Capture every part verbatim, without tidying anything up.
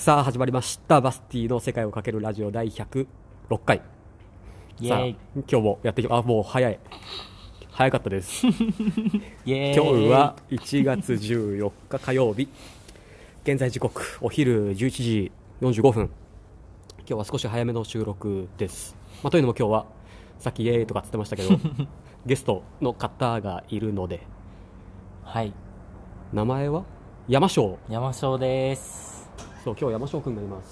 さあ始まりましたバスティの世界をかけるラジオ第ひゃくろっかい。 イエーイ。 さあ今日もやっていきあもう早い早かったですイエーイ。 今日はいちがつじゅうよっか火曜日、現在時刻お昼じゅういちじよんじゅうごふん。今日は少し早めの収録です、まあ、というのも今日はさっきイエーイとかつってましたけどゲストの方がいるので、 はい、 名前は山椒。 山椒です。 そう、今日山椒くんがいます。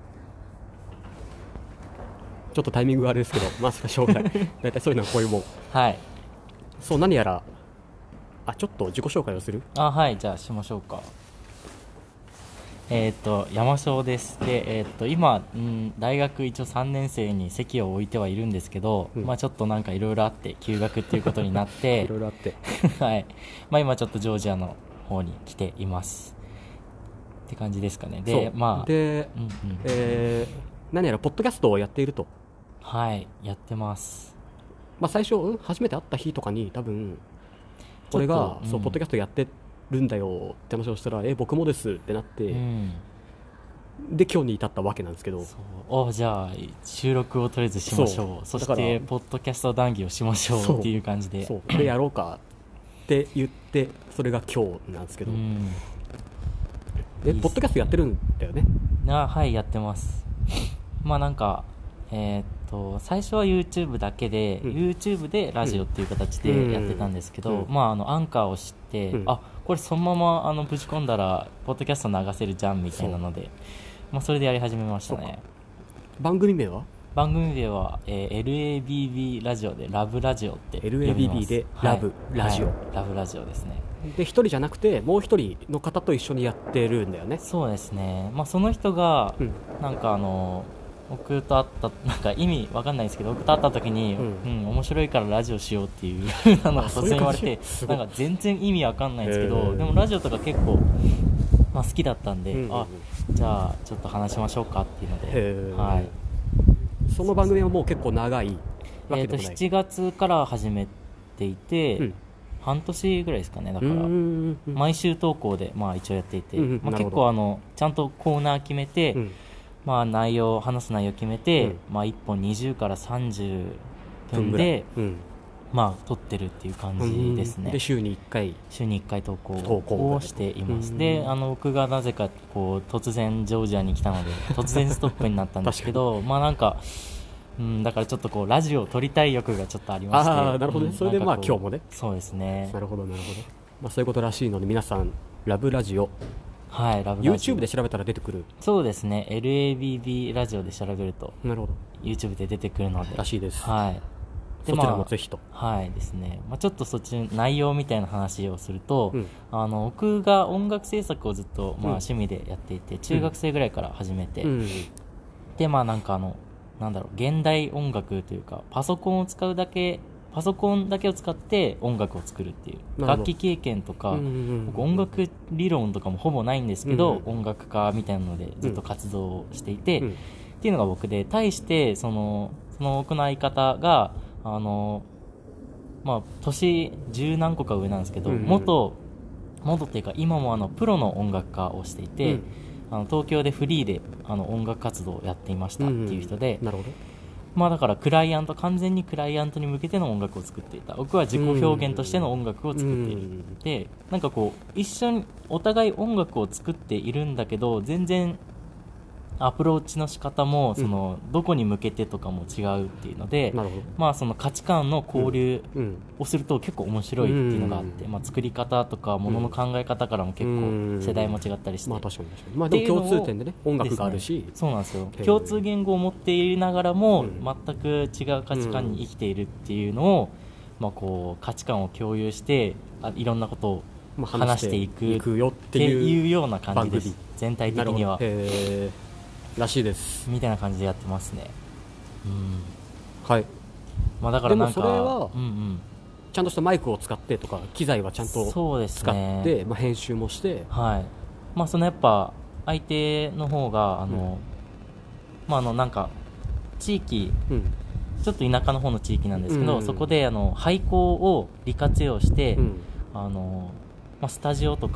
ちょっとタイミングがあれですけどまあしょうがない大体そういうのはこういうもん。 はい。 そう、何やらあちょっと自己紹介をする。 あ、はい、じゃあしましょうか。えっ、ー、と山椒です。で、えっ、ー、と今、うん、大学一応さんねん生に席を置いてはいるんですけど、うん、まあちょっとなんかいろいろあって休学っていうことになっていろいろあってはい。まあ今ちょっとジョージアの方に来ていますって感じですかね。で、まあで、うんうん、えー、何やらポッドキャストをやっていると。 はい、やってます。 まあ最初、うん、初めて会った日とかに多分これが、うん、そうポッドキャストやってるんだよって話をしたら、え僕もですってなって、うん、で今日に至ったわけなんですけど、 そうおじゃあ収録をとりあえずしましょう。 そ, そしてポッドキャスト談義をしましょうっていう感じで、 そうそうでやろうかって言ってそれが今日なんですけど、うん、えポッドキャストやってるんだよね。 あ、はいやってますまあなんかえー、っと最初は YouTube だけで、うん、YouTube でラジオっていう形でやってたんですけど、うんうん、まああのアンカーを知って、うん、あこれそのままあのぶち込んだらポッドキャスト流せるじゃんみたいなので、そ,、まあ、それでやり始めましたね。 番組名は番組名は、えー、エルエービービー ラジオでラブラジオって呼びます。 エルエービービー でラブ、はい、ラジオ、はい、 ラブラジオですね。 で一人じゃなくてもう一人の方と一緒にやってるんだよね。 そうですね、まあ、その人が、うん、なんかあの僕と会ったなんか意味わかんないですけど、僕と会った時に、うんうん、面白いからラジオしようっていうのが突然言われて、なんか全然意味わかんないんですけど、でもラジオとか結構、まあ、好きだったんで、うんうん、あじゃあちょっと話しましょうかっていうので、はい、 その番組はもう結構長いわけでもない。 えー、としちがつから始めていて、うん、半年ぐらいですかね。だから毎週投稿で、まあ、一応やっていて、うんうんまあ、結構あのちゃんとコーナー決めて、うんまあ、内容話す内容決めて、うんまあ、いっぽんにじゅうからさんじゅっぷんで、うんまあ、撮ってるっていう感じですね。 で週にいっかい週にいっかい投稿をしています。であの僕がなぜかこう突然ジョージアに来たので突然ストップになったんですけどまあなんかうん、だからちょっとこうラジオを撮りたい欲がちょっとありまして。 ああなるほどね、うん、それでまあ今日もね。 そうですね。 なるほどなるほど、まあ、そういうことらしいので皆さんラブラジオ、 はい、ラブラジオ YouTube で調べたら出てくる。 そうですね、 エルエービービー ラジオで調べるとなるほど YouTube で出てくるのでらしいです。 はい、 でそちらもぜひと、 まあ、はいですね、まあ、ちょっとそっちの内容みたいな話をすると、うん、あの僕が音楽制作をずっと、まあ、趣味でやっていて、うん、中学生ぐらいから始めて、うん、でまあなんかあのなんだろう現代音楽というかパソコンを使うだけパソコンだけを使って音楽を作るっていう楽器経験とか、うんうん、僕音楽理論とかもほぼないんですけど、うんうん、音楽家みたいなのでずっと活動をしていて、うん、っていうのが僕で、対してそのその僕の相方があのまあ年十何個か上なんですけど、うんうん、元元っていうか今もあのプロの音楽家をしていて、うんあの東京でフリーであの音楽活動をやっていましたっていう人で、 うんうん、なるほど。 まあだからクライアント完全にクライアントに向けての音楽を作っていた。僕は自己表現としての音楽を作っている、うん、でなんかこう一緒にお互い音楽を作っているんだけど全然アプローチの仕方もその、うん、どこに向けてとかも違うっていうので、まあ、その価値観の交流をすると結構面白いっていうのがあって、うんまあ、作り方とかものの考え方からも結構世代も違ったりして、 まあ確かに確かに、まあ、でも共通点でね音楽があるし、 ね、そうなんですよ。共通言語を持っていながらも全く違う価値観に生きているっていうのを、まあ、こう価値観を共有してあいろんなことを話していくっていうような感じです。全体的にはらしいですみたいな感じでやってますね。うんはい、 まあ、だからなんかでもそれは、うんうん、ちゃんとしたマイクを使ってとか機材はちゃんと使って、ねまあ、編集もして、 はいまあ、そのやっぱ相手の方があの、うんまあ、あのなんか地域、うん、ちょっと田舎の方の地域なんですけど、うんうん、そこであの廃校を利活用して、うんあのまあ、スタジオとか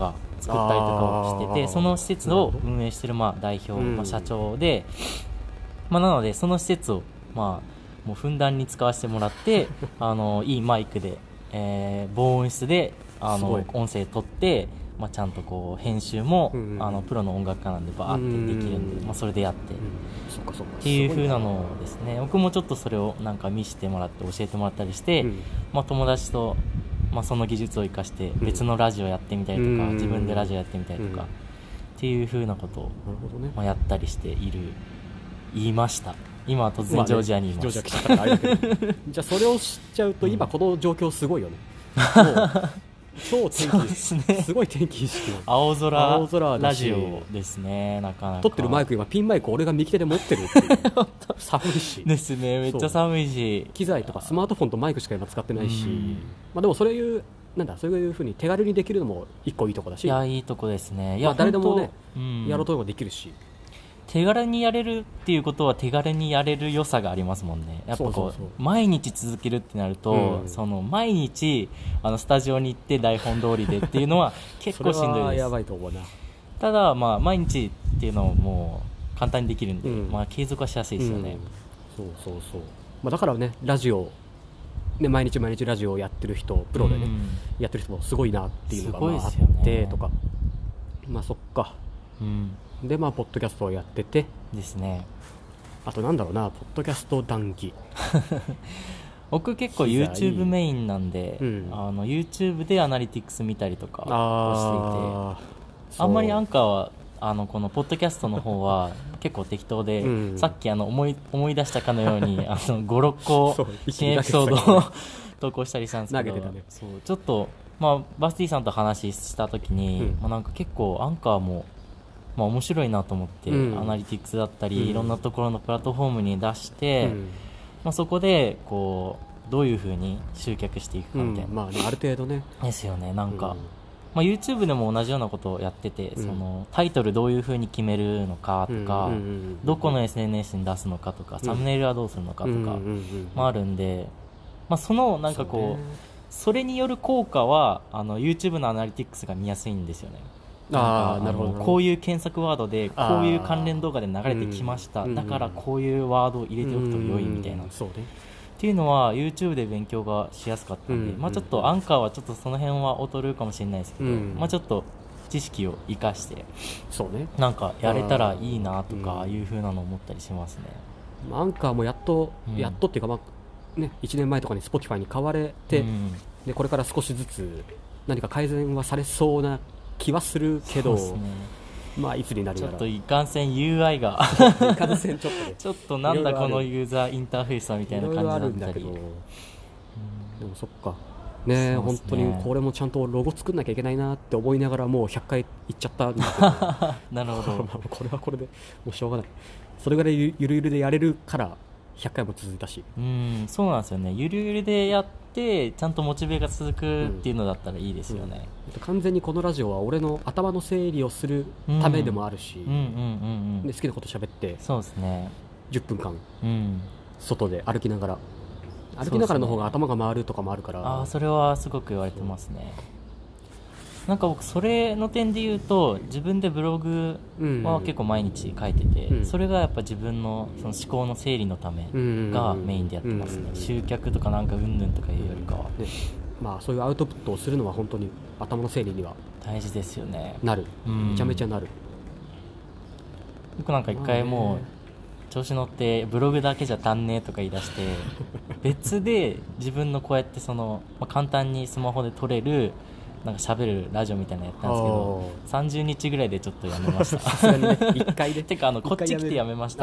作ったりとかをしてて、その施設を運営してるまあ代表、まあ、社長で、まあ、なのでその施設をまあもうふんだんに使わせてもらってあのいいマイクで、えー、防音室であの音声取って、まあ、ちゃんとこう編集も、うんうん、あのプロの音楽家なんでバーってできるんで、うんうんまあ、それでやって、うん、 そっかそっかっていう風なのをですね、僕もちょっとそれをなんか見せてもらって教えてもらったりして、うんまあ、友達と、まあ、その技術を生かして別のラジオやってみたりとか、うん、自分でラジオやってみたりとか、うん、っていう風なことを、ねまあ、やったりしている言いました。今は突然ジョージアにいます、まあね、ジョージア来たからあれだけどじゃあそれを知っちゃうと今この状況すごいよね、うん、もう超天気ですね。すごい天気意識の青空青空ラジオですね。なかなか撮ってるマイク今ピンマイク俺が右手で持ってるっていう寒いしですね。めっちゃ寒いし機材とかスマートフォンとマイクしか今使ってないし、まあ、でもそういうなんだそういう風に手軽にできるのも一個いいとこだし、 いやいいとこですね。いや、 まあ、誰でもね、うん、やろうと思えばできるし、 手軽にやれるっていうことは手軽にやれる良さがありますもんね。やっぱこう、そうそうそう毎日続けるってなると、うん、その毎日あのスタジオに行って台本通りでっていうのは結構しんどいです。それはやばいと思うな。ただ、まあ、毎日っていうのももう簡単にできるんで、うんまあ、継続はしやすいですよね、 うん、そうそうそう、まあ、だからねラジオ、ね、毎日毎日ラジオをやってる人プロでね、うん、やってる人もすごいなっていうのがまああってとか、まあそっか、うんでまあポッドキャストをやっててですね。 あとなんだろうな、ポッドキャスト談義僕結構 YouTube メインなんで、うん、あの YouTube でアナリティクス見たりとかをしていて、 あ, あんまりアンカーはあのこのポッドキャストの方は結構適当で、うん、さっきあの思い思い出したかのようにあのごろっこ新エピソードを投稿したりしたんですけど、ね、そうちょっと、まあ、バスティさんと話した時に、うんまあ、なんか結構アンカーもまあ、面白いなと思って、うん、アナリティクスだったり、うん、いろんなところのプラットフォームに出して、うんまあ、そこでこうどういう風に集客していくかみたいな、うんまあね、 ある程度ねですよね。なんか、うんまあ、YouTube でも同じようなことをやってて、うん、そのタイトルどういう風に決めるのかとか、うんうんうん、どこの エスエヌエス に出すのかとか、うん、サムネイルはどうするのかとか、うんうんうん、まあ、あるんで、まあ、そのなんかこう そ, それによる効果はあの YouTube のアナリティクスが見やすいんですよね。あなるほど。こういう検索ワードでこういう関連動画で流れてきました、うん、だからこういうワードを入れておくと良いみたいな、うん、そうね、っていうのは YouTube で勉強がしやすかったんで、うんまあ、ちょっとアンカーはちょっとその辺は劣るかもしれないですけど、うんまあ、ちょっと知識を生かしてそうね、なんかやれたらいいなとかいう風なのを思ったりしますね。 アンカーもやっと、うん、やっとっていうか、まあね、いちねんまえとかに Spotify に買われて、うん、でこれから少しずつ何か改善はされそうな気はするけど、ね、まあいつになるならちょっといかんせん ユーアイ がいかんせんちょっと、ね、 ちょっとなんだこのユーザーインターフェースはみたいな感じだったり、いろいろあるんだけど、うん、 でもそっかねえ、本当にこれもちゃんとロゴ作んなきゃいけないなって思いながらもうひゃっかい言っちゃったんだけどなるほどこれはこれでもうしょうがない。それぐらいゆるゆるでやれるからひゃっかいも続いたし、 うんそうなんですよね。ゆるゆるでやってちゃんとモチベが続くっていうのだったらいいですよね、 うん、完全にこのラジオは俺の頭の整理をするためでもあるし、で好きなこと喋ってそうですねじゅっぷんかん、うん、外で歩きながら歩きながらの方が頭が回るとかもあるから、ね、 あそれはすごく言われてますね。なんか僕それの点で言うと自分でブログは結構毎日書いてて、うん、それがやっぱ自分 の, その思考の整理のためがメインでやってますね。集客とかなんかうんぬんとかいうよりかは、ね、 まあ、そういうアウトプットをするのは本当に頭の整理には大事ですよね。 なる、めちゃめちゃなる。 僕なんか一回もう調子乗ってブログだけじゃ足んねえとか言い出して別で自分のこうやってその、まあ、簡単にスマホで撮れるなんか喋るラジオみたいなのやったんですけどさんじゅうにちぐらいでちょっとやめましたさすがにねいっかいでてかあのこっち来てやめました。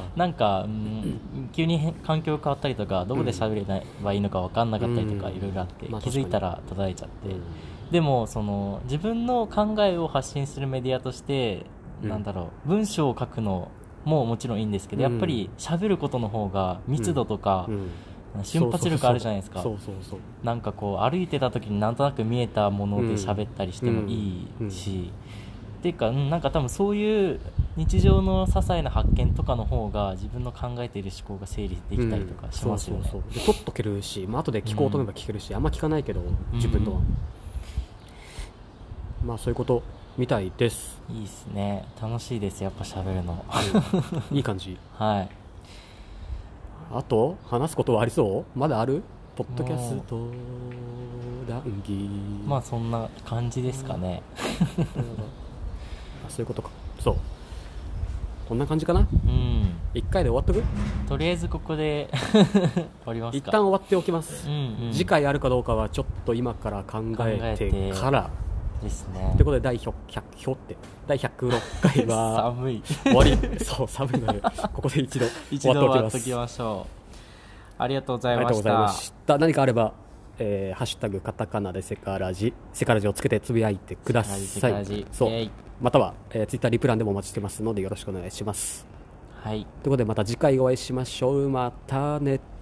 なんか、うん、急に環境変わったりとかどこで喋ればいいのか分かんなかったりとかいろいろあって、うん、気づいたら叩いちゃって、うん、でもその自分の考えを発信するメディアとして、うん、なんだろう文章を書くのももちろんいいんですけど、うん、やっぱり喋ることの方が密度とか、うんうん瞬発力あるじゃないですか。なんかこう歩いてた時になんとなく見えたもので喋ったりしてもいいし、うんうんうん、っていうかなんか多分そういう日常の些細な発見とかの方が自分の考えている思考が整理できたりとかしますよね。 うん、そうそうそうで取っとけるし、まあ後で聞こうと思えば聞けるし、うん、あんま聞かないけど自分のは、うん、まあそういうことみたいです。 いいですね。楽しいです、やっぱ喋るの。 うん、いい感じ。 はい。 あと話すことはありそう？まだある？ポッドキャスト談義。 まあそんな感じですかね。 あ、そういうことか。そう、こんな感じかな。 うん。 一回で終わっとく？ とりあえずここで終わりますか。 一旦終わっておきます、 うんうん、 次回あるかどうかはちょっと今から考えてからですね。 ということで、第ひゃくって第ひゃくろっかいは寒い終わり。そう、寒いのでここで一度一度終わっと終きましょう。ありがとうございありがました。 とうございました。何かあれば、えー、ハッシュタグカタカナでセカラジセカラジをつけてつぶやいてください。 セカラジそう、 えいまたは、えー、ツイッターリプランでもお待ちしてますのでよろしくお願いします。 はい。 ということで、また次回お会いしましょう。またね。